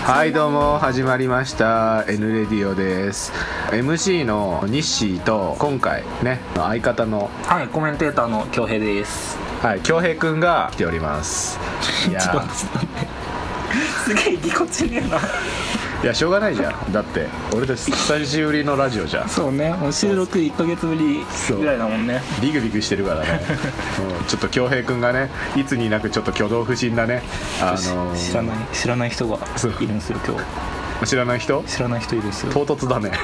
はいどうも始まりました N レディオです。 MC のニッシーと今回ね相方のはいコメンテーターの恭平です。 はい恭平くんが来ております。いやちょっと待ってすげえぎこちねえな。 いやしょうがないじゃん、だって俺たち久しぶりのラジオじゃん。 そうね、もう収録1ヶ月ぶりぐらいだもんね。 ビクビクしてるからねちょっと恭平くんがねいつになくちょっと挙動不審なね知らない人がいるんですよ今日。 知らない人いるんですよ。 唐突だね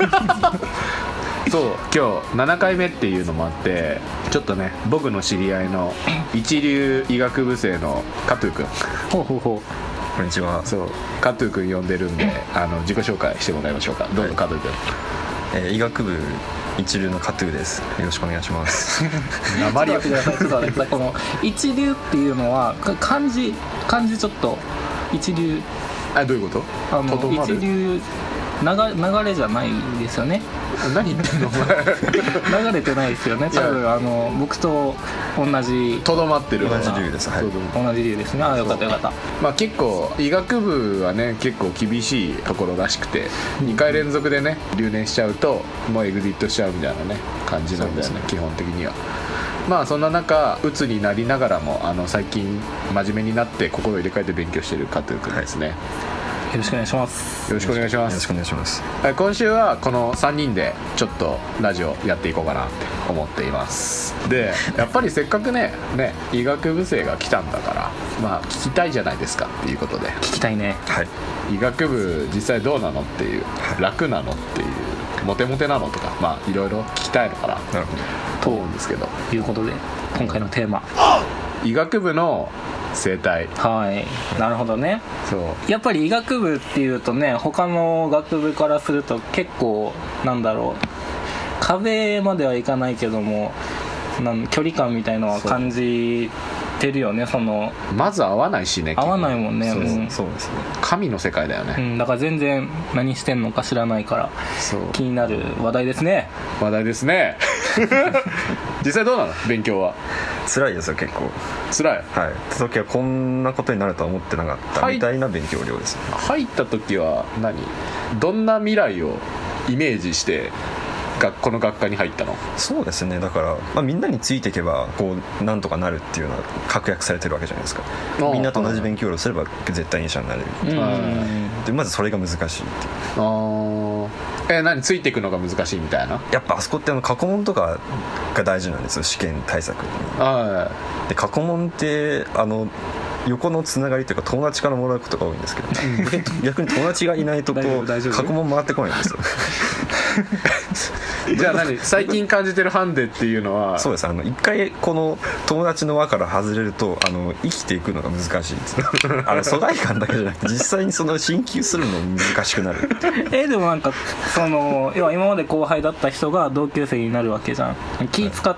そう今日7回目っていうのもあってちょっとね僕の知り合いの一流医学部生の加藤くんほうこんにちは。 そう加藤くん呼んでるんで自己紹介してもらいましょうか。どうぞ加藤くん。 医学部一流の加藤です。よろしくお願いしますちょっと待ってください。ちょっと待ってください。この一流っていうのは漢字ちょっと一流どういうこと？ 一流流れじゃないですよね。 何言ってんのお前流れてないですよね。多分僕と同じとどまってる同じ流です。はい、 同じ流ですね。よかったよかった。 まあ結構医学部はね結構厳しいところらしくて、2回連続でね留年しちゃうともうエグジットしちゃうみたいなね感じなんだよね、基本的には。まあそんな中鬱になりながらも最近真面目になって心を入れ替えて勉強してる加藤君ですね。 よろしくお願いします。 よろしくお願いします。 よろしくお願いします。 今週はこの3人でちょっとラジオやっていこうかなって思っています。でやっぱりせっかくね医学部生が来たんだからまあ聞きたいじゃないですかっていうことで。 聞きたいね。 はい。 医学部実際どうなのっていう、楽なのっていうモテモテなのとかまあいろいろ聞きたいのかなと思うんですけど、 ということで今回のテーマ医学部の生態。 はい、なるほどね。 そうやっぱり医学部っていうとね他の学部からすると結構なんだろう壁まではいかないけども距離感みたいのは感じてるよね。 まず合わないしね。 合わないもんね。 そうですね。 神の世界だよね、 だから全然何してんのか知らないから気になる話題ですね。 実際どうなの勉強は。 辛いですよ結構。 辛い。 はい。時はこんなことになるとは思ってなかったみたいな勉強量です、ね。 入った時はどんな未来をイメージしてこの学科に入ったの？ そうですね。だから、みんなについていけばこうなんとかなるっていうのは確約されてるわけじゃないですか。みんなと同じ勉強をすれば絶対に医者になれる。でまずそれが難しいっていう。 ついていくのが難しいみたいな。 やっぱあそこって過去問とかが大事なんですよ、試験対策に。で過去問って横のつながりというか友達からもらうことが多いんですけど逆に友達がいないと過去問回ってこないんですよじゃあ最近感じてるハンデっていうのは。 そうです。一回この友達の輪から外れると生きていくのが難しいです疎外感だけじゃなくて実際に進級するの難しくなるでも要は今まで後輩だった人が同級生になるわけじゃん。気使って、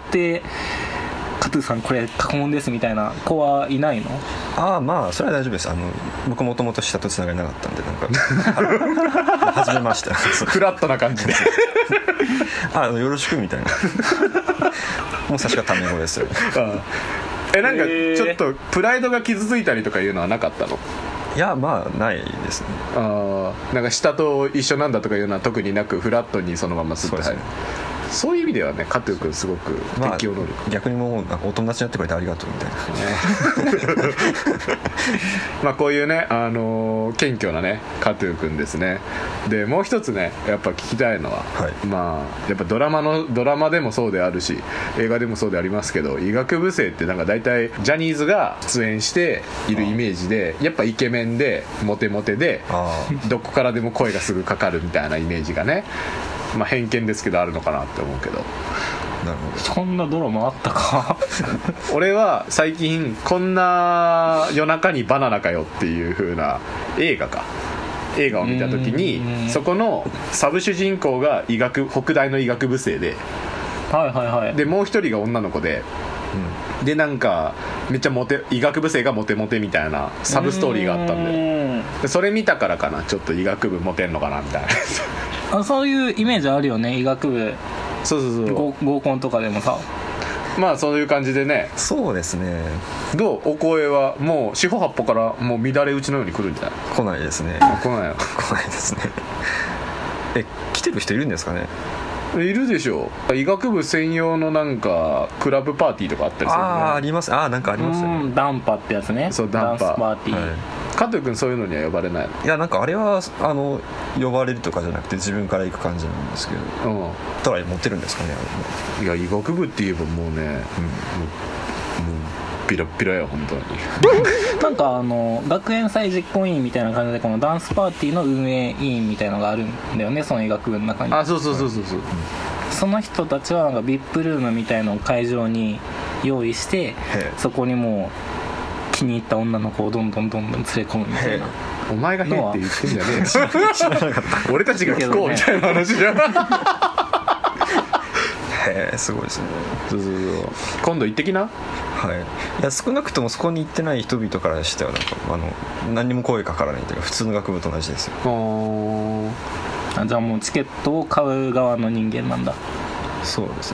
加藤さんこれ過去問ですみたいな子はいないの？ まあそれは大丈夫です。僕もともと下とつながりなかったんで初めましてフラットな感じでよろしくみたいなもう最初からタメ語ですよちょっとプライドが傷ついたりとかいうのはなかったの？ いやないですね。 下と一緒なんだとかいうのは特になくフラットにそのままスッと入る。そういう意味ではね加藤君すごく適応能力、 逆にもうお友達になってくれてありがとうみたいなまあこういうね謙虚なね加藤君ですね。でもう一つねやっぱ聞きたいのは、まあやっぱドラマでもそうであるし映画でもそうでありますけど、医学部生って大体ジャニーズが出演しているイメージでやっぱイケメンでモテモテでどこからでも声がすぐかかるみたいなイメージがね、まあ偏見ですけどあるのかなって思うけど。 なるほど。 そんなドラマあったか俺は最近こんな夜中にバナナかよっていう風な映画を見た時にそこのサブ主人公が北大の医学部生で、でもう一人が女の子で、でめっちゃ医学部生がモテモテみたいなサブストーリーがあったんでそれ見たからかな、ちょっと医学部モテんのかなみたいなそういうイメージあるよね医学部。 そう合コンとかでもさまあそういう感じでね。 そうですね。 どうお声はもう四方八方からもう乱れ打ちのように来るんじゃない？ 来ないですね。 来ないよ。 来ないですね。来てる人いるんですかね？ いるでしょう。医学部専用のなんかクラブパーティーとかあったりする、ね、 あります。なんかありますよね。 ダンパってやつね。 そうダンパダンスパーティー、はい、 加藤君そういうのには呼ばれないの？ いやなんかあれは呼ばれるとかじゃなくて自分から行く感じなんですけど、トライ持ってるんですかねあれ。いや医学部って言えばもうね、もうピラピラや本当になんか学園祭実行委員みたいな感じでこのダンスパーティーの運営委員みたいなのがあるんだよね、その医学部の中に。 そう、 その人たちはなんか VIP ルームみたいのを会場に用意して、そこにもう気に入った女の子をどんどん連れ込むみたいな。 お前が「へえ」って言ってんじゃねえ知らなかった俺たちが聞こうみたいな話じゃんへえ、すごいですね。 そう今度行ってきな。 いや少なくともそこに行ってない人々からしてはなんか何にも声かからないというか普通の学部と同じですよ。 じゃあもうチケットを買う側の人間なんだ。 そうですね。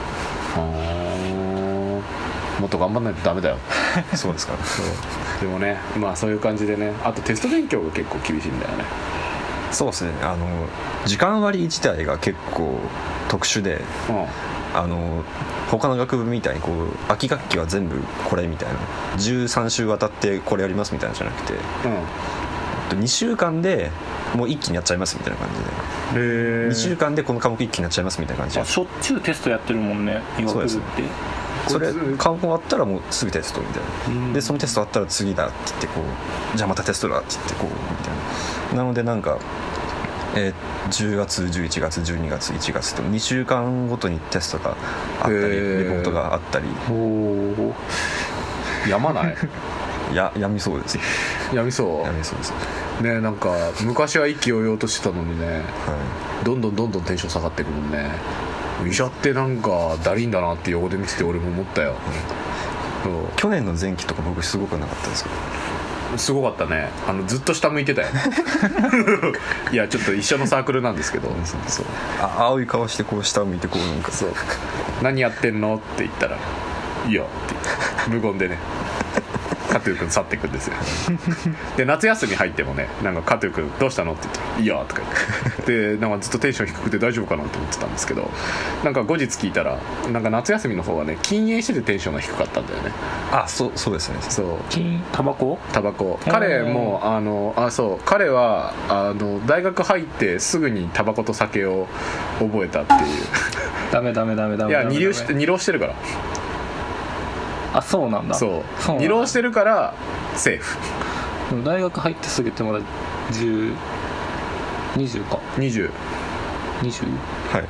もっと頑張んないとダメだよそうですか。 でもね、まあそういう感じでね、あとテスト勉強が結構厳しいんだよね。 そうですね。時間割自体が結構特殊で、他の学部みたいに秋学期は全部これみたいな13週渡ってこれやりますみたいなじゃなくて、2週間でもう一気にやっちゃいますみたいな感じで、2週間でこの科目一気にやっちゃいますみたいな感じで。 しょっちゅうテストやってるもんね、医学部って。 それ科目終わったらもうすぐテストみたいな、でそのテスト終わったら次だって言ってじゃあまたテストだって言ってみたいな。なのでなんか10月11月12月1月と2週間ごとにテストがあったりレポートがあったり。 やまないやみそうです。 やみそうですね。なんか昔は意気揚々としてたのにね、どんどんテンション下がってくるもんね。医者ってなんかだりんだなって横で見てて俺も思ったよ。 去年の前期とか僕すごくなかったですか？ すごかったね。ずっと下向いてたよいやちょっと一緒のサークルなんですけど、そう青い顔して下を向いてなんかそう何やってんのって言ったらいいよって無言でね加藤君去っていくんですよで夏休み入ってもね、なんか加藤君どうしたのって言ったらいいよとか言ってでなんかずっとテンション低くて大丈夫かなと思ってたんですけど、なんか後日聞いたらなんか夏休みの方はね禁煙しててテンションが低かったんだよね。 そうですね。 そうタバコ彼もそう彼は大学入ってすぐにタバコと酒を覚えたっていうダメいや二浪してるから。 そうなんだ。 そう二浪してるからセーフ。 でも大学入ってすぐってまだ20か20 はい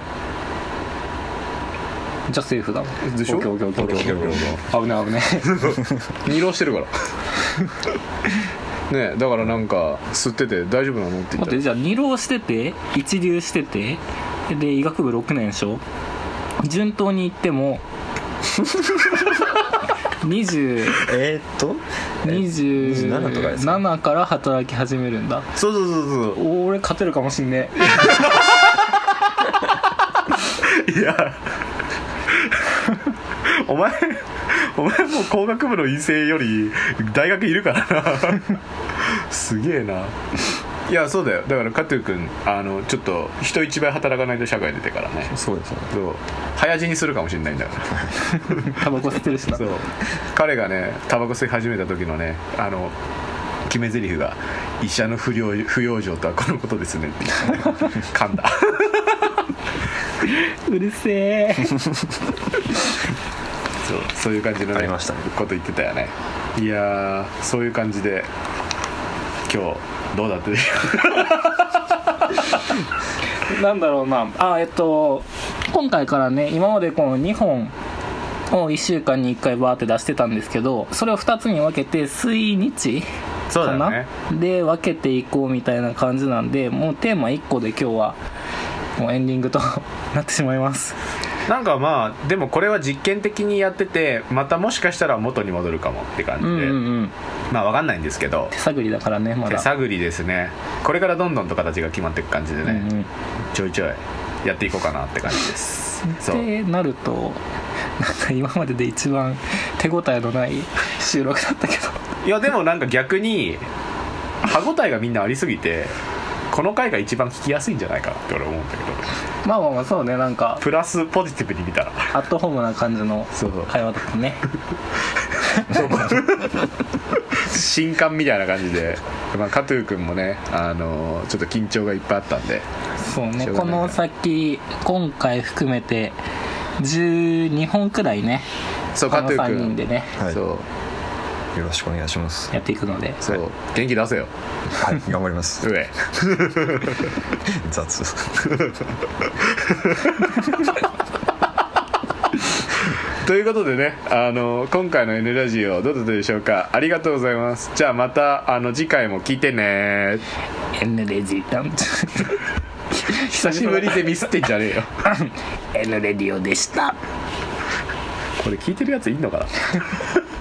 じゃあセーフだでしょ。危ね二浪してるからね。だからなんか吸ってて大丈夫なのって言ったら、 じゃあ二浪してて一流しててで医学部6年でしょ。順当にいっても27とかですか7から働き始めるんだ。 そう俺勝てるかもしんねいやお前もう工学部の院生より大学いるからなすげえな。いやそうだよ。だから加藤君ちょっと人一倍働かないと社会出てからね。 そうですね。 そう早死にするかもしれないんだからタバコ吸ってるしな。 そう彼がねタバコ吸い始めた時のね決め台詞が医者の不養生とはこのことですねって言って、ね、噛んだうるせえそういう感じの、ね、 ありましたね、 こと言ってたよね。いやそういう感じで今日どうだったでしょうなんだろうな今回からね今までこの2本を1週間に1回バーって出してたんですけど、それを2つに分けて水日かな、ね、で分けていこうみたいな感じなんで、もうテーマ1個で今日はもうエンディングとなってしまいます。 なんかまあでもこれは実験的にやっててまたもしかしたら元に戻るかもって感じで、まあ分かんないんですけど手探りだからね。まだ手探りですね。これからどんどんと形が決まっていく感じでね、ちょいちょいやっていこうかなって感じです。 ってなると今までで一番手応えのない収録だったけどいやでもなんか逆に歯応えがみんなありすぎてこの回が一番聞きやすいんじゃないかなって俺思うんだけど、 まあまあまあそうね、なんかプラスポジティブに見たらアットホームな感じの会話だったね。 新刊みたいな感じで、まあ、カトゥー君もね、ちょっと緊張がいっぱいあったんで、 そうね、この先今回含めて12本くらいね、 そうこの3人でね、 はい、 そうよろしくお願いします。 やっていくので、 そう、元気出せよ。 はい、頑張ります。 上雑ということでね、今回の N ラジオどうだったでしょうか。ありがとうございます。じゃあまた次回も聞いてね。 N レジ久しぶりでミスってんじゃねえよ。 N レディオでした。 これ聞いてるやついんのかな。